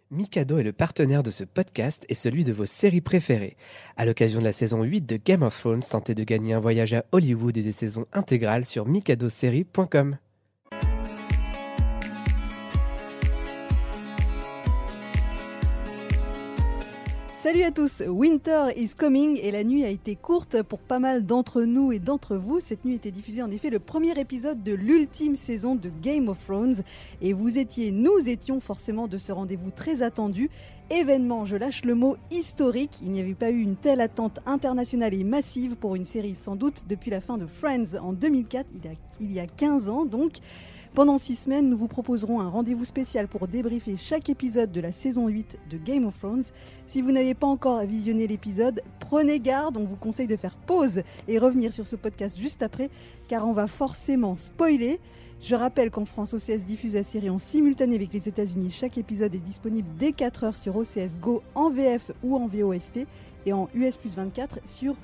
Mikado est le partenaire de ce podcast et celui de vos séries préférées. À l'occasion de la saison 8 de Game of Thrones, tentez de gagner un voyage à Hollywood et des saisons intégrales sur mikadoseries.com. Salut à tous, Winter is coming et la nuit a été courte pour pas mal d'entre nous et d'entre vous. Cette nuit était diffusé en effet le premier épisode de l'ultime saison de Game of Thrones et nous étions forcément de ce rendez-vous très attendu. Événement, je lâche le mot historique, il n'y avait pas eu une telle attente internationale et massive pour une série sans doute depuis la fin de Friends en 2004, il y a 15 ans donc. Pendant 6 semaines, nous vous proposerons un rendez-vous spécial pour débriefer chaque épisode de la saison 8 de Game of Thrones. Si vous n'avez pas encore visionné l'épisode, prenez garde, on vous conseille de faire pause et revenir sur ce podcast juste après, car on va forcément spoiler. Je rappelle qu'en France, OCS diffuse la série en simultané avec les États-Unis. Chaque épisode est disponible dès 4h sur OCS Go en VF ou en VOST et en US+24 sur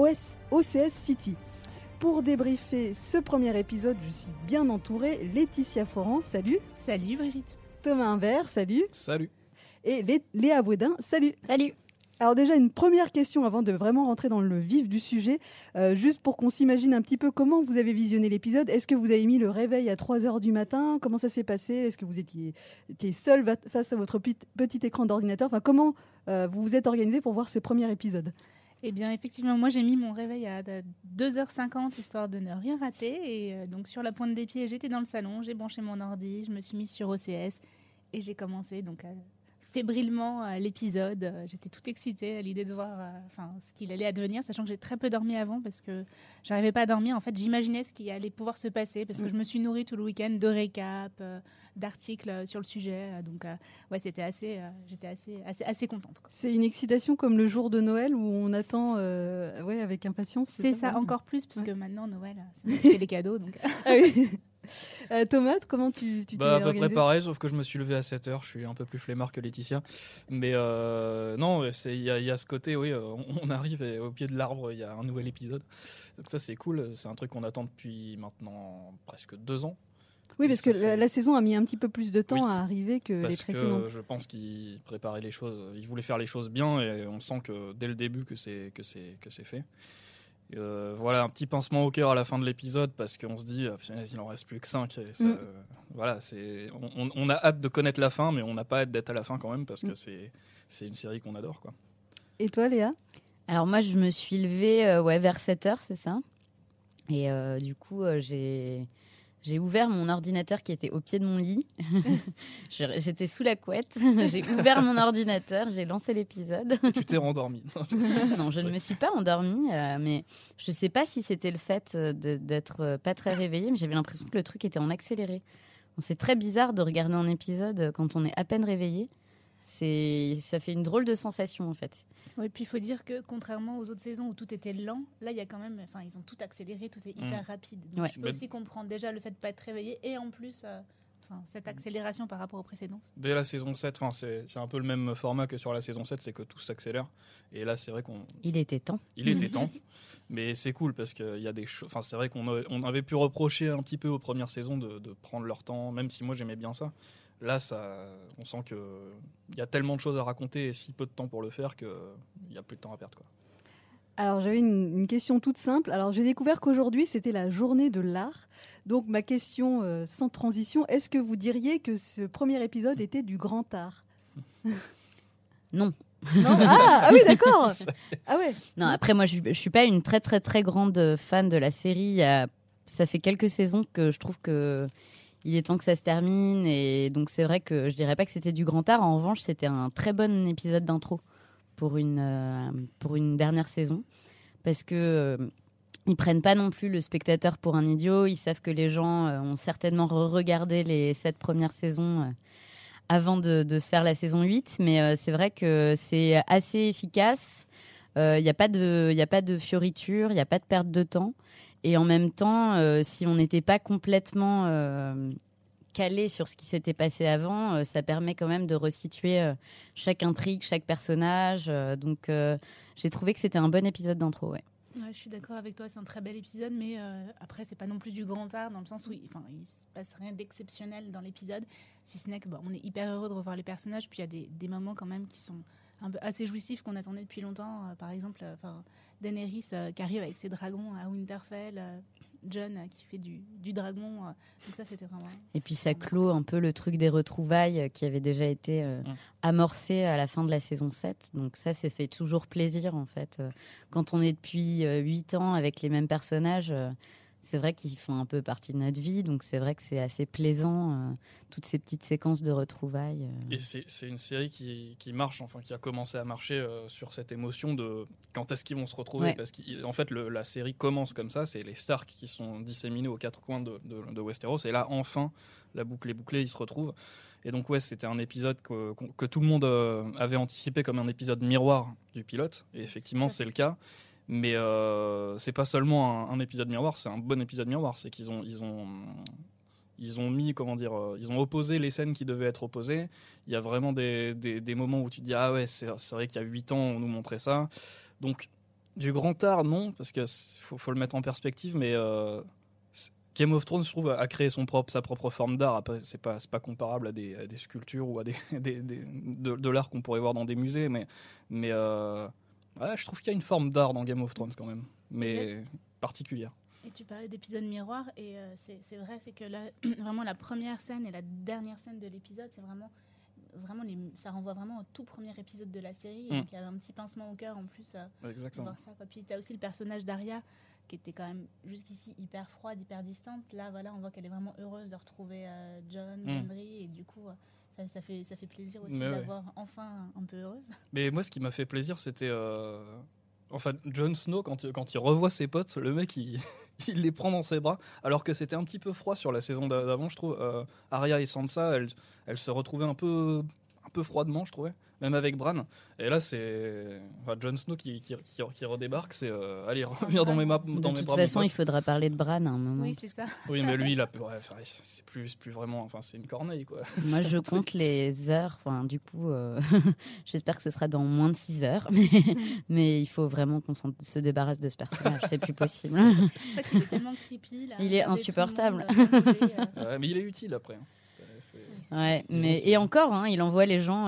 OCS City. Pour débriefer ce premier épisode, je suis bien entourée. Laetitia Foran, salut. Salut Brigitte. Thomas Imbert, salut. Salut. Et Léa Baudin, salut. Salut. Alors déjà, une première question avant de vraiment rentrer dans le vif du sujet, juste pour qu'on s'imagine un petit peu comment vous avez visionné l'épisode. Est-ce que vous avez mis le réveil à 3h du matin ? Comment ça s'est passé ? Est-ce que vous étiez seul face à votre petit écran d'ordinateur ? Enfin, comment vous vous êtes organisé pour voir ce premier épisode ? Eh bien, effectivement, moi, j'ai mis mon réveil à 2h50, histoire de ne rien rater. Et donc, sur la pointe des pieds, j'étais dans le salon, j'ai branché mon ordi, je me suis mise sur OCS et j'ai commencé donc fébrilement l'épisode. J'étais toute excitée à l'idée de voir ce qu'il allait advenir, sachant que j'ai très peu dormi avant parce que j'arrivais pas à dormir. En fait, j'imaginais ce qui allait pouvoir se passer parce que je me suis nourrie tout le week-end de récaps, d'articles sur le sujet. Donc, j'étais assez contente, quoi. C'est une excitation comme le jour de Noël où on attend avec impatience. C'est ça, encore plus, parce que maintenant, Noël, c'est les cadeaux. Donc. Ah oui. Thomas, comment tu t'es organisé ? À peu près pareil, sauf que je me suis levé à 7h, je suis un peu plus flemmard que Laetitia. Mais non, il y a ce côté, oui, on arrive et au pied de l'arbre, il y a un nouvel épisode. Donc ça, c'est cool, c'est un truc qu'on attend depuis maintenant presque 2 ans. Oui, parce que la saison a mis un petit peu plus de temps à arriver que les précédentes. Parce que je pense qu'ils préparaient les choses, ils voulaient faire les choses bien et on sent que dès le début que c'est fait. Voilà, un petit pincement au cœur à la fin de l'épisode parce qu'on se dit il en reste plus que 5 et ça, voilà, on a hâte de connaître la fin, mais on n'a pas hâte d'être à la fin quand même parce que c'est une série qu'on adore, quoi. Et toi, Léa ? Alors moi je me suis levée vers 7h, c'est ça, et du coup j'ai ouvert mon ordinateur qui était au pied de mon lit. J'étais sous la couette. J'ai ouvert mon ordinateur, j'ai lancé l'épisode. Et tu t'es rendormie. Non, je ne me suis pas endormie, mais je ne sais pas si c'était le fait d'être pas très réveillée, mais j'avais l'impression que le truc était en accéléré. C'est très bizarre de regarder un épisode quand on est à peine réveillé. Ça fait une drôle de sensation en fait. Oui, puis il faut dire que contrairement aux autres saisons où tout était lent, là il y a quand même, ils ont tout accéléré, tout est hyper rapide. Donc je peux aussi comprendre déjà le fait de ne pas être réveillé et en plus cette accélération par rapport aux précédentes. Dès la saison 7, c'est un peu le même format que sur la saison 7, c'est que tout s'accélère. Et là c'est vrai Il était temps. Mais c'est cool parce qu'il y a des choses. C'est vrai qu'on avait pu reprocher un petit peu aux premières saisons de prendre leur temps, même si moi j'aimais bien ça. Là, on sent qu'il y a tellement de choses à raconter et si peu de temps pour le faire qu'il n'y a plus de temps à perdre, quoi. Alors, j'avais une question toute simple. Alors, j'ai découvert qu'aujourd'hui, c'était la journée de l'art. Donc, ma question sans transition, est-ce que vous diriez que ce premier épisode était du grand art ? Non. Non, ah oui, d'accord. Ah ouais. Non, après, moi, je suis pas une très, très, très grande fan de la série. Ça fait quelques saisons que je trouve que il est temps que ça se termine. Et donc, c'est vrai que je dirais pas que c'était du grand art. En revanche, c'était un très bon épisode d'intro pour une dernière saison. Parce que ils prennent pas non plus le spectateur pour un idiot. Ils savent que les gens ont certainement regardé les 7 premières saisons avant de se faire la saison 8. Mais c'est vrai que c'est assez efficace. Il n'y a pas de fioritures, il n'y a pas de perte de temps. Et en même temps, si on n'était pas complètement calé sur ce qui s'était passé avant, ça permet quand même de resituer chaque intrigue, chaque personnage. Donc, j'ai trouvé que c'était un bon épisode d'intro. Ouais. Ouais, je suis d'accord avec toi, c'est un très bel épisode, mais après, c'est pas non plus du grand art, dans le sens où il se passe rien d'exceptionnel dans l'épisode, si ce n'est que on est hyper heureux de revoir les personnages, puis il y a des moments quand même qui sont un peu assez jouissifs qu'on attendait depuis longtemps. Par exemple, Daenerys qui arrive avec ses dragons à Winterfell, Jon qui fait du dragon, donc ça c'était vraiment... Et puis ça clôt un peu le truc des retrouvailles qui avait déjà été amorcé à la fin de la saison 7. Donc ça fait toujours plaisir en fait. Quand on est depuis 8 ans avec les mêmes personnages, c'est vrai qu'ils font un peu partie de notre vie. Donc c'est vrai que c'est assez plaisant, toutes ces petites séquences de retrouvailles. Et c'est une série qui marche, enfin qui a commencé à marcher sur cette émotion de quand est-ce qu'ils vont se retrouver. Ouais. Parce qu'en fait, la série commence comme ça, c'est les Stark qui sont disséminés aux 4 coins de Westeros. Et là, enfin, la boucle est bouclée, ils se retrouvent. Et donc, ouais, c'était un épisode que tout le monde avait anticipé comme un épisode miroir du pilote. Et effectivement, c'est le cas. Mais c'est pas seulement un épisode miroir, c'est un bon épisode miroir. C'est qu'ils ont mis, comment dire, ils ont opposé les scènes qui devaient être opposées. Il y a vraiment des moments où tu te dis ah ouais, c'est vrai qu'il y a 8 ans on nous montrait ça. Donc du grand art non, parce que faut le mettre en perspective, mais Game of Thrones, je trouve, a créé sa propre forme d'art. Après, c'est pas comparable à des sculptures ou à de l'art qu'on pourrait voir dans des musées, mais ouais, je trouve qu'il y a une forme d'art dans Game of Thrones quand même, mais particulière. Et tu parlais d'épisode miroir, et c'est vrai, c'est que là, vraiment la première scène et la dernière scène de l'épisode, c'est vraiment ça renvoie vraiment au tout premier épisode de la série. Donc il y avait un petit pincement au cœur en plus de voir ça, quoi. Puis tu as aussi le personnage d'Arya qui était quand même jusqu'ici hyper froide, hyper distante. Là, voilà, on voit qu'elle est vraiment heureuse de retrouver Jon, Gendry, et du coup, ça fait plaisir aussi de la voir enfin un peu heureuse. Mais moi, ce qui m'a fait plaisir, c'était... Enfin, Jon Snow, quand il revoit ses potes, le mec, il les prend dans ses bras, alors que c'était un petit peu froid sur la saison d'avant, je trouve. Arya et Sansa, elles se retrouvaient un peu froidement, je trouvais, même avec Bran. Et là, c'est Jon Snow qui redébarque, c'est allez, reviens dans mes bras. De toute façon, il faudra parler de Bran à un moment. Oui, c'est ça. Oui, mais lui, c'est plus vraiment, enfin, c'est une corneille, quoi. Moi, je compte les heures. Enfin, du coup, j'espère que ce sera dans moins de 6 heures. Mais il faut vraiment qu'on se débarrasse de ce personnage. C'est plus possible. En fait, il est tellement creepy. Là, il est insupportable. Ouais, mais il est utile après. Ouais, et encore, hein, il envoie les gens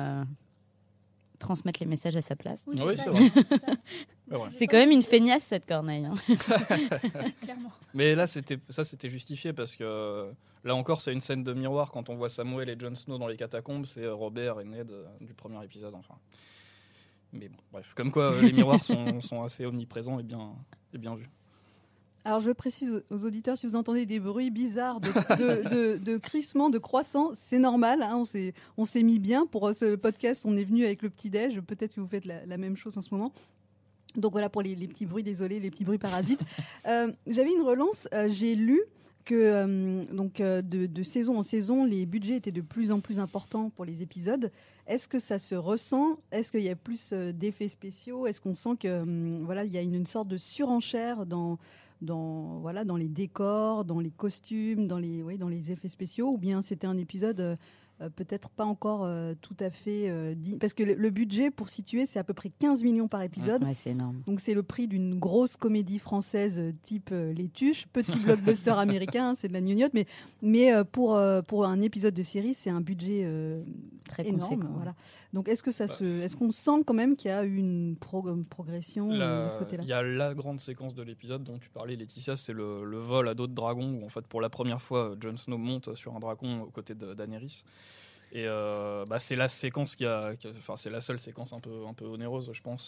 transmettre les messages à sa place. Oui, c'est vrai. C'est quand même une feignasse, cette corneille. Hein. Clairement. Mais là, c'était justifié parce que là encore, c'est une scène de miroir quand on voit Samuel et Jon Snow dans les catacombes. C'est Robert et Ned du premier épisode, enfin. Mais bon, bref, comme quoi les miroirs sont assez omniprésents et bien vus. Alors je précise aux auditeurs, si vous entendez des bruits bizarres de crissement, de croissant, c'est normal, hein, on s'est mis bien pour ce podcast, on est venu avec le petit-déj, peut-être que vous faites la même chose en ce moment. Donc voilà pour les petits bruits, désolé, les petits bruits parasites. J'avais une relance, j'ai lu que de saison en saison, les budgets étaient de plus en plus importants pour les épisodes. Est-ce que ça se ressent ? Est-ce qu'il y a plus d'effets spéciaux ? Est-ce qu'on sent que voilà, il y a une sorte de surenchère dans les décors, dans les costumes, dans les effets spéciaux, ou bien c'était un épisode peut-être pas encore tout à fait dit, parce que le budget, pour situer, c'est à peu près 15 millions par épisode. Ouais, c'est énorme. Donc c'est le prix d'une grosse comédie française type Les Tuches, petit blockbuster américain, c'est de la gnognotte, mais pour un épisode de série, c'est un budget très énorme. conséquent. Voilà. Donc est-ce qu'on sent quand même qu'il y a eu une progression de ce côté-là ? Il y a la grande séquence de l'épisode dont tu parlais, Laetitia, c'est le vol à dos de dragon, où en fait pour la première fois Jon Snow monte sur un dragon aux côtés de Daenerys. Et c'est la séquence c'est la seule séquence un peu onéreuse, je pense,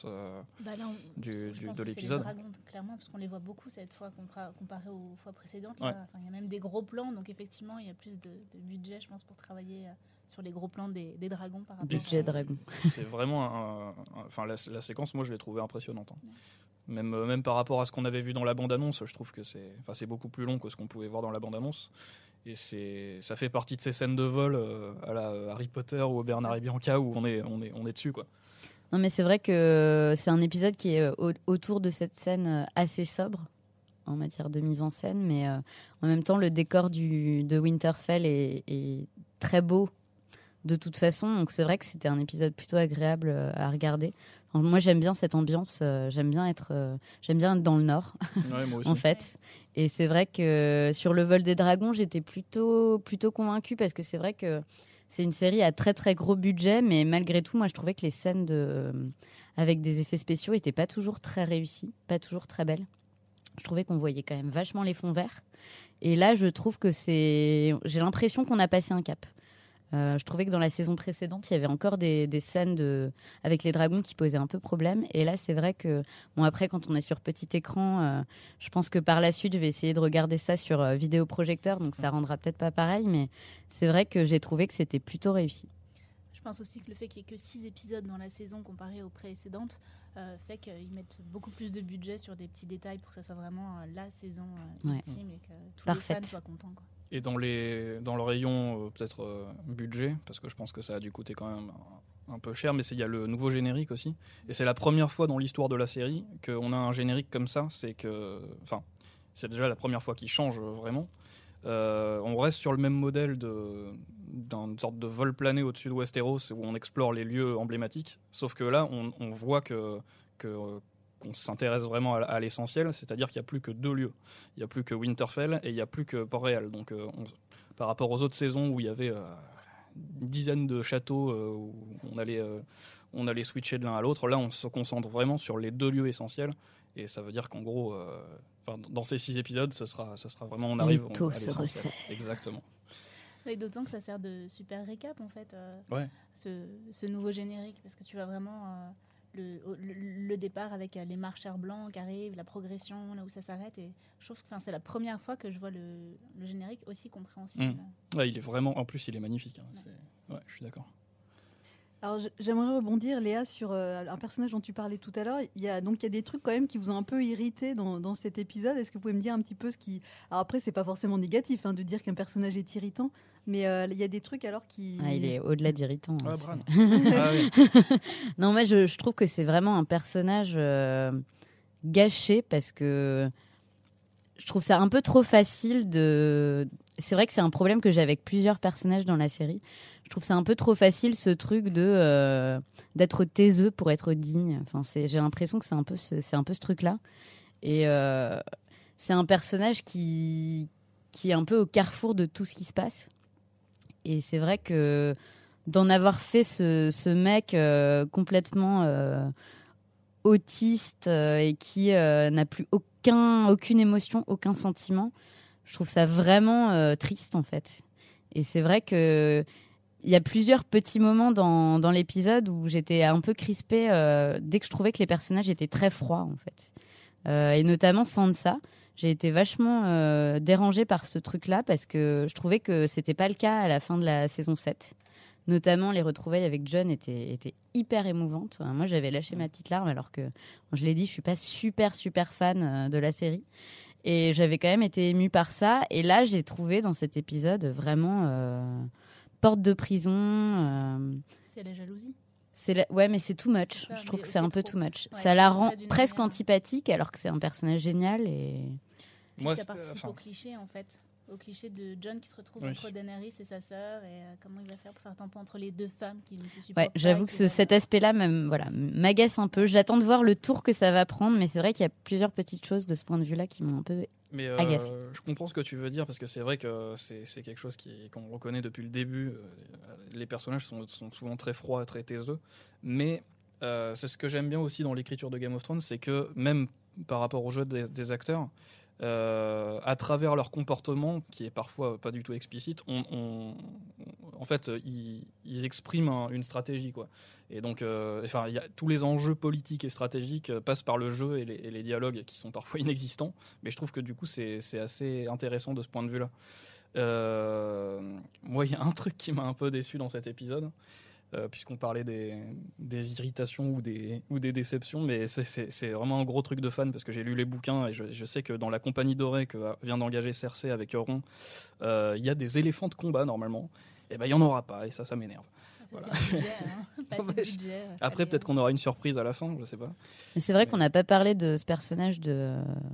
de l'épisode. C'est les dragons, clairement, parce qu'on les voit beaucoup cette fois comparé aux fois précédentes. Ouais. Il y a même des gros plans, donc effectivement, il y a plus de budget, je pense, pour travailler sur les gros plans des dragons par rapport Des dragons. C'est vraiment la séquence, moi je l'ai trouvée impressionnante. Hein. Même par rapport à ce qu'on avait vu dans la bande-annonce, je trouve que c'est beaucoup plus long que ce qu'on pouvait voir dans la bande-annonce. Et ça fait partie de ces scènes de vol à la Harry Potter ou au Bernard et Bianca où on est dessus, quoi. Non, mais c'est vrai que c'est un épisode qui est autour de cette scène assez sobre en matière de mise en scène, mais en même temps, le décor de Winterfell est très beau. de toute façon. Donc c'est vrai que c'était un épisode plutôt agréable à regarder. Alors, moi j'aime bien cette ambiance, j'aime bien être dans le Nord Ouais, moi aussi. en fait. Et c'est vrai que sur le vol des dragons, j'étais plutôt convaincue parce que c'est vrai que c'est une série à très très gros budget, mais malgré tout, moi je trouvais que les scènes avec des effets spéciaux étaient pas toujours très réussies, pas toujours très belles. Je trouvais qu'on voyait quand même vachement les fonds verts. Et là, je trouve que j'ai l'impression qu'on a passé un cap. Je trouvais que dans la saison précédente, il y avait encore des scènes avec les dragons qui posaient un peu problème. Et là, c'est vrai que, bon, après, quand on est sur petit écran, je pense que par la suite, je vais essayer de regarder ça sur vidéoprojecteur. Donc, ça rendra peut-être pas pareil. Mais c'est vrai que j'ai trouvé que c'était plutôt réussi. Je pense aussi que le fait qu'il n'y ait que 6 épisodes dans la saison comparé aux précédentes fait qu'ils mettent beaucoup plus de budget sur des petits détails pour que ça soit vraiment la saison ultime et que tous Parfaite. les fans soient contents, quoi. Et dans le rayon peut-être budget, parce que je pense que ça a dû coûter quand même un peu cher, mais il y a le nouveau générique aussi. Et c'est la première fois dans l'histoire de la série qu'on a un générique comme ça. C'est déjà la première fois qu'il change vraiment. On reste sur le même modèle d'une sorte de vol plané au-dessus de Westeros où on explore les lieux emblématiques. Sauf que là, on voit qu'on s'intéresse vraiment à l'essentiel, c'est-à-dire qu'il n'y a plus que 2 lieux. Il n'y a plus que Winterfell et il n'y a plus que Port-Réal. Donc, par rapport aux autres saisons où il y avait une dizaine de châteaux où on allait switcher de l'un à l'autre, là, on se concentre vraiment sur les 2 lieux essentiels. Et ça veut dire qu'en gros, dans ces 6 épisodes, ce sera vraiment, on arrive L'étau à se l'essentiel. resserre. Exactement. Et d'autant que ça sert de super récap, en fait, Ouais. ce nouveau générique, parce que tu vois vraiment le départ avec les marcheurs blancs qui arrivent, la progression, là où ça s'arrête. Et je trouve que c'est la première fois que je vois le générique aussi compréhensible. Ouais, il est vraiment, en plus, il est magnifique. Hein. Ouais, je suis d'accord. Alors j'aimerais rebondir, Léa, sur un personnage dont tu parlais tout à l'heure. Il y a des trucs quand même qui vous ont un peu irrité dans cet épisode. Est-ce que vous pouvez me dire un petit peu ce qui... Alors après, c'est pas forcément négatif de dire qu'un personnage est irritant, mais il y a des trucs alors qui... Ah, il est au-delà d'irritant. Ouais, hein, Bran. c'est- Ah oui. Non, moi, je trouve que c'est vraiment un personnage gâché parce que je trouve ça un peu trop facile de... C'est vrai que c'est un problème que j'ai avec plusieurs personnages dans la série. Je trouve ça un peu trop facile, ce truc d'être taiseux pour être digne. Enfin, j'ai l'impression que c'est un peu ce truc-là. Et c'est un personnage qui est un peu au carrefour de tout ce qui se passe. Et c'est vrai que d'en avoir fait ce mec complètement autiste et qui n'a plus aucune émotion, aucun sentiment, je trouve ça vraiment triste en fait. Et c'est vrai que il y a plusieurs petits moments dans l'épisode où j'étais un peu crispée dès que je trouvais que les personnages étaient très froids en fait. Et notamment Sansa. J'ai été vachement dérangée par ce truc-là parce que je trouvais que c'était pas le cas à la fin de la saison 7. Notamment, les retrouvailles avec Jon étaient hyper émouvantes. Moi, j'avais lâché ma petite larme alors que, je l'ai dit, je suis pas super fan de la série. Et j'avais quand même été émue par ça. Et là, j'ai trouvé dans cet épisode vraiment porte de prison. C'est la jalousie. Ouais, mais c'est too much. C'est ça, Je trouve mais que c'est un peu trop. too much. Ouais, Ça la c'est rend fait d'une presque manière- antipathique alors que c'est un personnage génial. Et... Puis Moi, ça c'est- participe enfin, au cliché, en fait. Au cliché de Jon qui se retrouve Oui. entre Daenerys et sa sœur. Et comment il va faire pour faire tampon entre les 2 femmes qui ne se supportent Ouais, pas. j'avoue et que qui vont- cet aspect-là m'agace un peu. J'attends de voir le tour que ça va prendre, mais c'est vrai qu'il y a plusieurs petites choses de ce point de vue-là qui m'ont un peu... Mais agacé. je comprends ce que tu veux dire parce que c'est vrai que c'est quelque chose qu'on reconnaît depuis le début. Les personnages sont souvent très froids, très taiseux. Mais c'est ce que j'aime bien aussi dans l'écriture de Game of Thrones, c'est que même par rapport au jeu des acteurs, à travers leur comportement, qui est parfois pas du tout explicite, en fait, ils expriment une stratégie, quoi. Et donc, tous les enjeux politiques et stratégiques passent par le jeu et les dialogues qui sont parfois inexistants. Mais je trouve que du coup, c'est assez intéressant de ce point de vue-là. Moi, il y a un truc qui m'a un peu déçu dans cet épisode. Puisqu'on parlait des irritations ou des déceptions, mais c'est vraiment un gros truc de fan parce que j'ai lu les bouquins et je sais que dans la Compagnie Dorée que vient d'engager Cersei avec Euron, il y a des éléphants de combat normalement, et ben il y en aura pas et ça m'énerve. Ça, Voilà. c'est un budget. Pas assez de budget. Après peut-être qu'on aura une surprise à la fin, je sais pas. Mais c'est vrai qu'on n'a pas parlé de ce personnage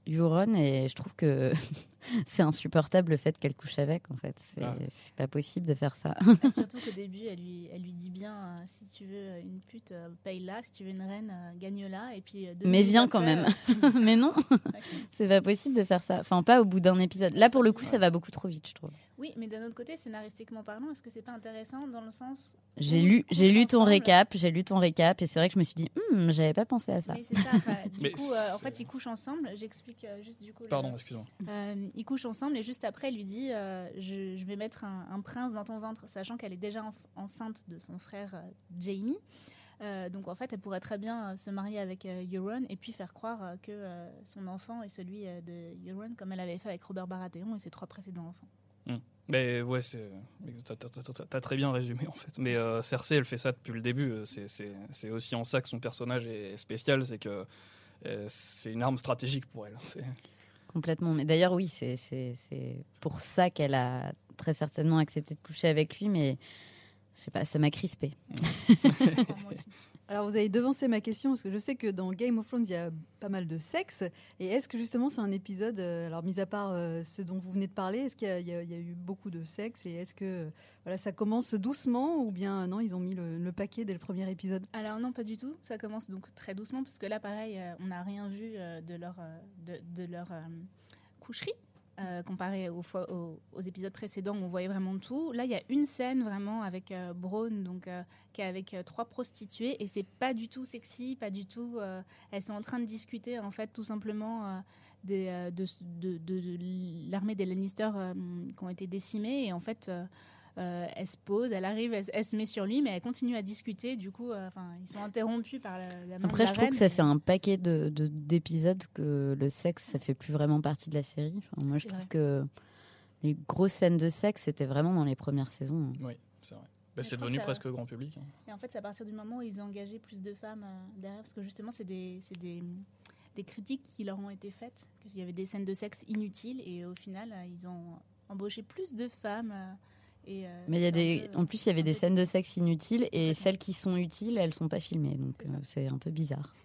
Euron et je trouve que c'est insupportable le fait qu'elle couche avec. En fait, c'est pas possible de faire ça. Surtout qu'au début, elle lui dit bien si tu veux une pute, paye-la. Si tu veux une reine, gagne-la. Et puis, mais viens quand même. Mais non, c'est pas possible de faire ça. Enfin, pas au bout d'un épisode. Là, pour le coup, ça va beaucoup trop vite, je trouve. Oui, mais d'un autre côté, scénaristiquement parlant, est-ce que c'est pas intéressant dans le sens J'ai lu ton récap et c'est vrai que je me suis dit j'avais pas pensé à ça. Mais c'est ça. Du coup, en fait, ils couchent ensemble. J'explique juste du coup. Pardon, excuse-moi. Ils couchent ensemble et juste après, elle lui dit je vais mettre un prince dans ton ventre, sachant qu'elle est déjà enceinte de son frère Jaime. Donc en fait, elle pourrait très bien se marier avec Euron et puis faire croire que son enfant est celui de Euron, comme elle avait fait avec Robert Baratheon et ses 3 précédents enfants. Mais ouais, t'as très bien résumé en fait. Mais Cersei, elle fait ça depuis le début. C'est aussi en ça que son personnage est spécial, c'est que c'est une arme stratégique pour elle. Complètement. Mais d'ailleurs, oui, c'est pour ça qu'elle a très certainement accepté de coucher avec lui, mais je sais pas, ça m'a crispée. Moi aussi. Alors vous avez devancé ma question parce que je sais que dans Game of Thrones il y a pas mal de sexe et est-ce que justement c'est un épisode, alors mis à part ce dont vous venez de parler, est-ce qu'il y a eu beaucoup de sexe et est-ce que voilà, ça commence doucement ou bien non, ils ont mis le paquet dès le premier épisode? Alors non, pas du tout, ça commence donc très doucement parce que là pareil, on n'a rien vu de leur coucherie. Comparé aux épisodes précédents où on voyait vraiment tout. Là, il y a une scène vraiment avec Bronn, donc, qui est avec 3 prostituées, et c'est pas du tout sexy, pas du tout... elles sont en train de discuter, en fait, tout simplement de l'armée des Lannister qui ont été décimées, et en fait... elle se pose, elle arrive, elle se met sur lui, mais elle continue à discuter. Du coup, ils sont interrompus par la main Après, de la je trouve reine, que ça fait un paquet d'épisodes que le sexe, ça fait plus vraiment partie de la série. Enfin, moi, je trouve que les grosses scènes de sexe, c'était vraiment dans les premières saisons. Oui, c'est vrai. C'est devenu presque grand public. Et en fait, c'est à partir du moment où ils ont engagé plus de femmes derrière, parce que justement, c'est des critiques qui leur ont été faites, qu'il y avait des scènes de sexe inutiles, et au final, ils ont embauché plus de femmes. Mais en plus, il y avait des scènes de sexe inutiles et celles qui sont utiles, elles sont pas filmées, donc c'est un peu bizarre.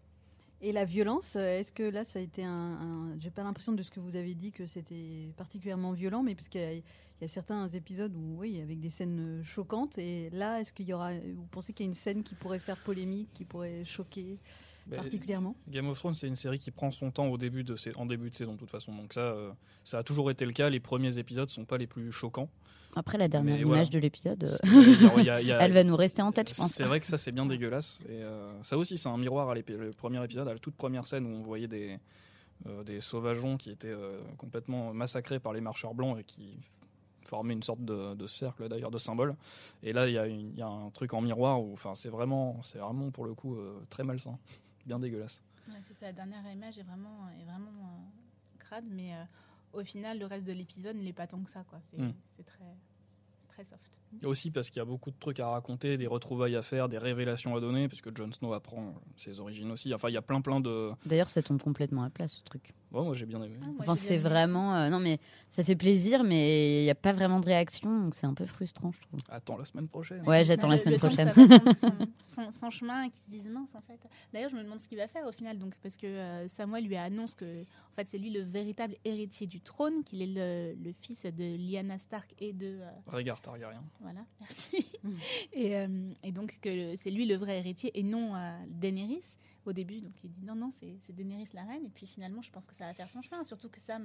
Et la violence, est-ce que là, ça a été j'ai pas l'impression de ce que vous avez dit que c'était particulièrement violent, mais parce qu'il y a certains épisodes où, oui, avec des scènes choquantes. Et là, est-ce qu'il y aura, vous pensez qu'il y a une scène qui pourrait faire polémique, qui pourrait choquer particulièrement? Game of Thrones, c'est une série qui prend son temps en début de saison, de toute façon. Donc ça a toujours été le cas. Les premiers épisodes sont pas les plus choquants. Après, la dernière image de l'épisode, elle va nous rester en tête, je pense. C'est vrai que ça, c'est bien dégueulasse. Et ça aussi, c'est un miroir à le premier épisode, à la toute première scène où on voyait des sauvageons qui étaient complètement massacrés par les marcheurs blancs et qui formaient une sorte de cercle, d'ailleurs, de symbole. Et là, il y a un truc en miroir où c'est vraiment, pour le coup, très malsain. Bien dégueulasse. Ouais, c'est ça, la dernière image est vraiment crade, mais au final, le reste de l'épisode ne l'est pas tant que ça, quoi. C'est très soft. Aussi parce qu'il y a beaucoup de trucs à raconter, des retrouvailles à faire, des révélations à donner, parce que Jon Snow apprend ses origines aussi. Enfin, il y a plein de... D'ailleurs, ça tombe complètement à plat, ce truc. Ouais, moi, j'ai bien aimé. C'est vraiment... non, mais ça fait plaisir, mais il n'y a pas vraiment de réaction, donc c'est un peu frustrant, je trouve. Attends la semaine prochaine. Ouais, j'attends la semaine prochaine. Son chemin, et qui se disent mince, en fait. D'ailleurs, je me demande ce qu'il va faire au final, donc, parce que Samuel lui annonce que en fait, c'est lui le véritable héritier du trône, qu'il est le fils de Lyanna Stark et de... Rhaegar Targaryen. Voilà, merci. Et donc que c'est lui le vrai héritier et non Daenerys au début. Donc il dit non, c'est Daenerys la reine. Et puis finalement, je pense que ça va faire son chemin. Surtout que Sam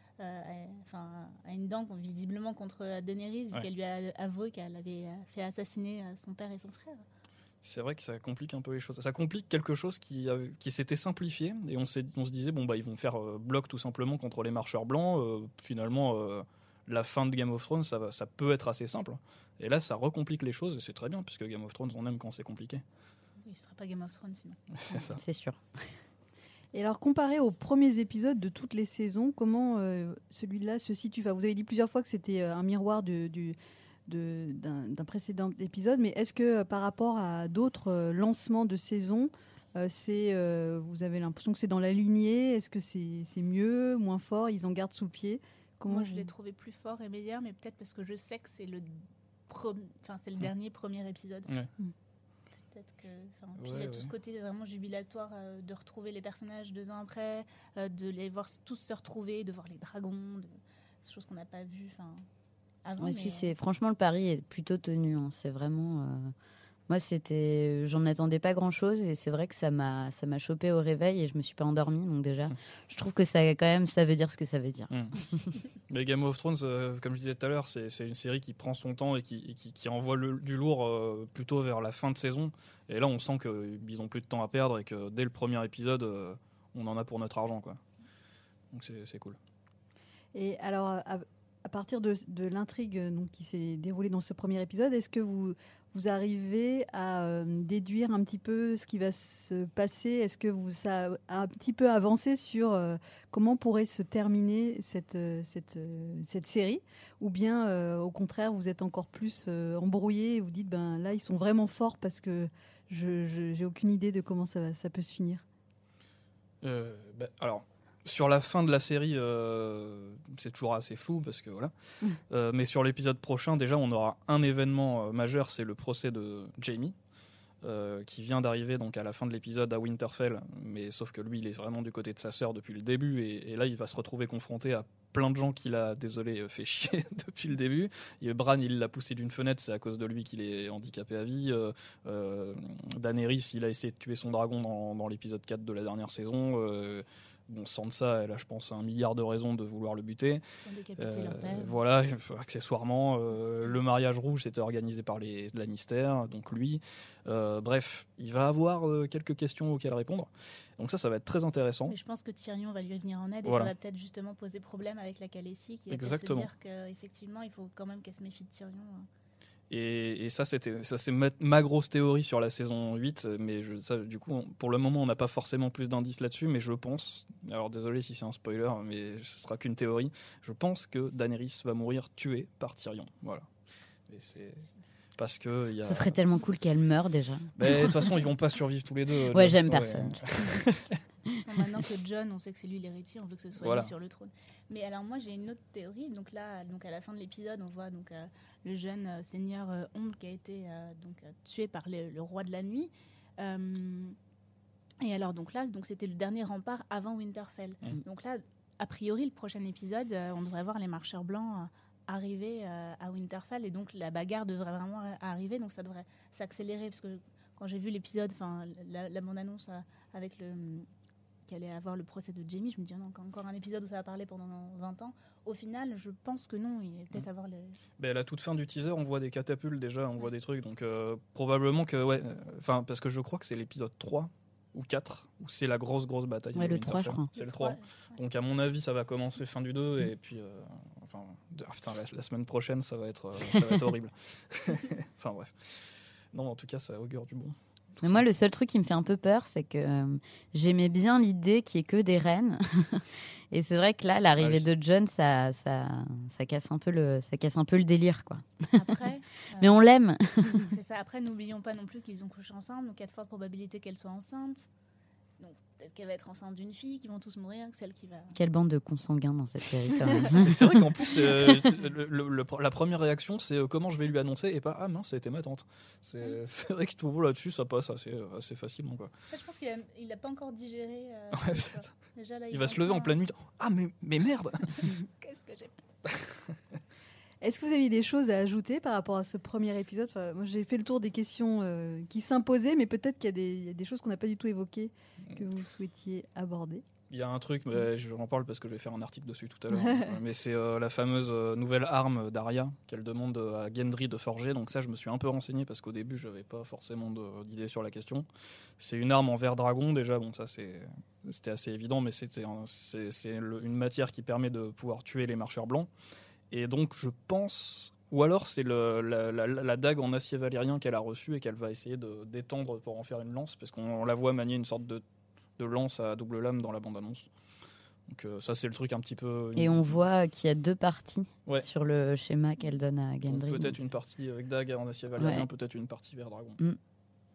a une dent visiblement contre Daenerys, vu qu'elle lui a avoué qu'elle avait fait assassiner son père et son frère. C'est vrai que ça complique un peu les choses. Ça complique quelque chose qui s'était simplifié. Et on se disait, ils vont faire bloc tout simplement contre les marcheurs blancs. Finalement... la fin de Game of Thrones, ça peut être assez simple. Et là, ça recomplique les choses, et c'est très bien, puisque Game of Thrones, on aime quand c'est compliqué. Il ne sera pas Game of Thrones, sinon. C'est ça. C'est sûr. Et alors, comparé aux premiers épisodes de toutes les saisons, comment celui-là se situe? Vous avez dit plusieurs fois que c'était un miroir d'un précédent épisode, mais est-ce que par rapport à d'autres lancements de saison, vous avez l'impression que c'est dans la lignée? Est-ce que c'est mieux, moins fort? Ils en gardent sous le pied? Moi, je l'ai trouvé plus fort et meilleur, mais peut-être parce que je sais que c'est le dernier premier épisode. Ouais. peut-être que. Puis il y a tout ce côté vraiment jubilatoire de retrouver les personnages 2 ans après, de les voir tous se retrouver, de voir les dragons, des choses qu'on n'a pas vues avant. Ouais, si, franchement, le pari est plutôt tenu. Hein. C'est vraiment. Moi, j'en attendais pas grand-chose et c'est vrai que ça m'a chopé au réveil et je me suis pas endormie. Donc déjà, je trouve que ça veut dire ce que ça veut dire. Mais Game of Thrones, comme je disais tout à l'heure, c'est une série qui prend son temps et qui envoie du lourd plutôt vers la fin de saison. Et là, on sent qu'ils ont plus de temps à perdre et que dès le premier épisode, on en a pour notre argent, quoi. Donc c'est cool. Et alors, à partir de l'intrigue donc, qui s'est déroulée dans ce premier épisode, est-ce que vous arrivez à déduire un petit peu ce qui va se passer? Est-ce que ça a un petit peu avancé sur comment pourrait se terminer cette série? Ou bien, au contraire, vous êtes encore plus embrouillé et vous dites, là, ils sont vraiment forts parce que je n'ai aucune idée de comment ça peut se finir? Alors... Sur la fin de la série, c'est toujours assez flou parce que voilà. Mais sur l'épisode prochain, déjà, on aura un événement majeur, c'est le procès de Jaime, qui vient d'arriver donc à la fin de l'épisode à Winterfell. Mais sauf que lui, il est vraiment du côté de sa sœur depuis le début, et là, il va se retrouver confronté à plein de gens qu'il a, fait chier depuis le début. Bran, il l'a poussé d'une fenêtre, c'est à cause de lui qu'il est handicapé à vie. Daenerys, il a essayé de tuer son dragon dans l'épisode 4 de la dernière saison. Bon, Sansa, elle a, je pense, 1 milliard de raisons de vouloir le buter. Voilà, accessoirement. Le mariage rouge, c'était organisé par les Lannister, donc lui. Bref, il va avoir quelques questions auxquelles répondre. Donc ça va être très intéressant. Mais je pense que Tyrion va lui venir en aide et voilà. Ça va peut-être justement poser problème avec la Khaleesi, qui va peut-être se dire qu'effectivement, il faut quand même qu'elle se méfie de Tyrion. Et ça, c'est ma grosse théorie sur la saison 8, mais du coup, pour le moment, on n'a pas forcément plus d'indices là-dessus, mais je pense, alors désolé si c'est un spoiler, mais ce sera qu'une théorie, je pense que Daenerys va mourir tuée par Tyrion. Voilà. Et c'est... Parce que Ce serait tellement cool qu'elle meure déjà. Mais de toute façon, ils vont pas survivre tous les deux. Ouais, j'aime personne. Maintenant que Jon, on sait que c'est lui l'héritier, on veut que ce soit lui sur le trône. Mais alors moi, j'ai une autre théorie. Donc là, à la fin de l'épisode, on voit le jeune seigneur Ombre qui a été tué par le roi de la nuit. Et alors donc c'était le dernier rempart avant Winterfell. Donc là, a priori, le prochain épisode, on devrait voir les marcheurs blancs arriver à Winterfell, et donc la bagarre devrait vraiment arriver. Donc ça devrait s'accélérer, parce que quand j'ai vu l'épisode, la bande-annonce avec qu'elle allait avoir le procès de Jaime, je me dis encore un épisode où ça va parler pendant 20 ans. Au final, je pense que non, il va peut-être avoir à la toute fin du teaser, on voit des catapultes déjà, on voit des trucs, donc probablement que parce que je crois que c'est l'épisode 3 ou 4 où c'est la grosse bataille. Ouais, le 3, je crois. C'est le 3. Donc à mon avis, ça va commencer fin du 2 et puis la semaine prochaine, ça va être horrible. Enfin bref. Non, en tout cas, ça augure du bon. Mais moi, le seul truc qui me fait un peu peur, c'est que j'aimais bien l'idée qu'il n'y ait que des reines. Et c'est vrai que là, l'arrivée de Jon, ça casse un peu le délire, quoi. Après, mais on l'aime. C'est ça. Après, n'oublions pas non plus qu'ils ont couché ensemble, donc il y a de fortes probabilités qu'elle soit enceinte. Donc peut-être qu'elle va être enceinte d'une fille, qu'ils vont tous mourir, que celle qui va... Quelle bande de consanguins dans cette série, quand même. C'est vrai qu'en plus, la première réaction, c'est comment je vais lui annoncer, et pas « Ah mince, ça a été ma tante ». C'est vrai que tout là-dessus, ça passe assez facilement, quoi. En fait, je pense qu'il n'a pas encore digéré. Déjà, là, il va se lever en pleine nuit. « Ah, mais merde !» Qu'est-ce que j'ai... Est-ce que vous avez des choses à ajouter par rapport à ce premier épisode? Moi, j'ai fait le tour des questions qui s'imposaient, mais peut-être qu'il y a des choses qu'on n'a pas du tout évoquées que vous souhaitiez aborder. Il y a un truc, je en parle parce que je vais faire un article dessus tout à l'heure, mais c'est la fameuse nouvelle arme d'Arya qu'elle demande à Gendry de forger. Donc ça, je me suis un peu renseigné parce qu'au début, je n'avais pas forcément d'idée sur la question. C'est une arme en verre dragon déjà, bon ça c'était assez évident, mais c'est une matière qui permet de pouvoir tuer les marcheurs blancs. Et donc je pense, ou alors c'est la dague en acier valyrien qu'elle a reçue et qu'elle va essayer de d'étendre pour en faire une lance, parce qu'on la voit manier une sorte de lance à double lame dans la bande-annonce. Donc ça c'est le truc un petit peu... Et on voit qu'il y a 2 parties sur le schéma qu'elle donne à Gendry. Peut-être une partie avec dague en acier valyrien, peut-être une partie vers dragon.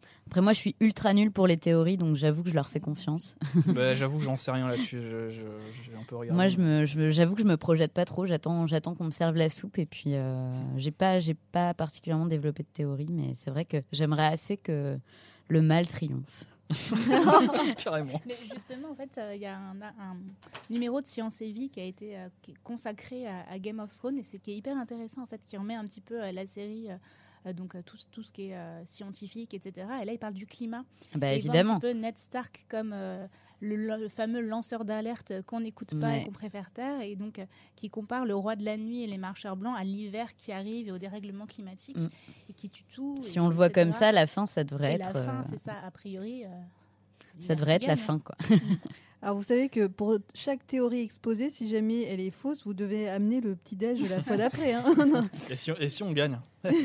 Après, moi, je suis ultra nulle pour les théories, donc j'avoue que je leur fais confiance. J'avoue que j'en sais rien là-dessus. J'ai un peu regardé. Moi, j'avoue que je me projette pas trop. J'attends qu'on me serve la soupe. Et puis, j'ai pas particulièrement développé de théorie, mais c'est vrai que j'aimerais assez que le mal triomphe. Carrément. Mais justement, en fait, il y a un numéro de Science et Vie qui a été qui est consacré à Game of Thrones et c'est qui est hyper intéressant en fait, qui remet un petit peu la série. Donc tout ce qui est scientifique, etc. Et là, il parle du climat. Bah, et évidemment. il voit un petit peu Ned Stark comme le fameux lanceur d'alerte qu'on n'écoute pas et qu'on préfère taire, et donc qui compare le roi de la nuit et les marcheurs blancs à l'hiver qui arrive et au dérèglement climatique et qui tue tout. Si on le voit comme ça, la fin, ça devrait être... La fin, c'est ça, a priori... ça devrait être la fin, quoi. Alors vous savez que pour chaque théorie exposée, si jamais elle est fausse, vous devez amener le petit-déj la fois d'après. Hein. Et si on gagne?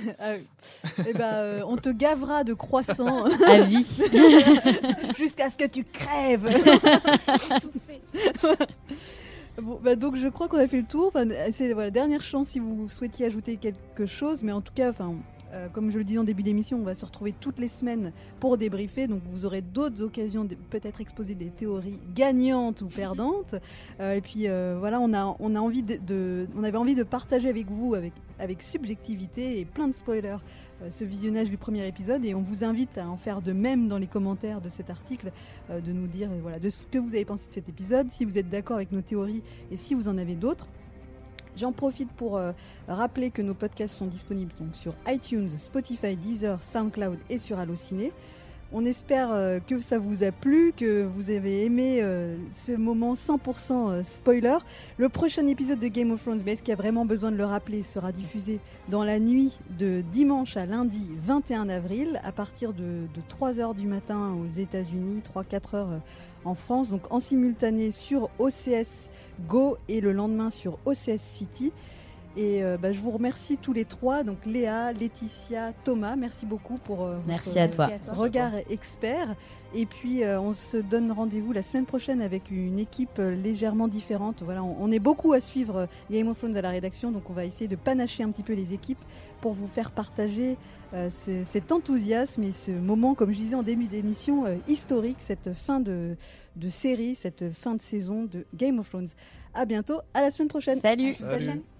On te gavera de croissants à vie jusqu'à ce que tu crèves. Tout fait. Bon, donc je crois qu'on a fait le tour. C'est la dernière chance si vous souhaitiez ajouter quelque chose, mais en tout cas, comme je le disais en début d'émission, on va se retrouver toutes les semaines pour débriefer. Donc vous aurez d'autres occasions de peut-être exposer des théories gagnantes ou perdantes. Et puis voilà, on avait envie de partager avec vous, avec subjectivité et plein de spoilers, ce visionnage du premier épisode. Et on vous invite à en faire de même dans les commentaires de cet article, de nous dire de ce que vous avez pensé de cet épisode, si vous êtes d'accord avec nos théories et si vous en avez d'autres. J'en profite pour rappeler que nos podcasts sont disponibles donc sur iTunes, Spotify, Deezer, SoundCloud et sur Allociné. On espère que ça vous a plu, que vous avez aimé ce moment 100% spoiler. Le prochain épisode de Game of Thrones, mais est-ce qu'il y a vraiment besoin de le rappeler, sera diffusé dans la nuit de dimanche à lundi 21 avril à partir de 3h du matin aux États-Unis, 3-4 heures en France, donc en simultané sur OCS Go et le lendemain sur OCS City. Et je vous remercie tous les trois, donc Léa, Laetitia, Thomas, merci beaucoup pour votre regard expert. Et puis on se donne rendez-vous la semaine prochaine avec une équipe légèrement différente. Voilà, on est beaucoup à suivre Game of Thrones à la rédaction, donc on va essayer de panacher un petit peu les équipes pour vous faire partager cet enthousiasme et ce moment, comme je disais en début d'émission, historique, cette fin de série, cette fin de saison de Game of Thrones. À bientôt, à la semaine prochaine. Salut. À la semaine prochaine.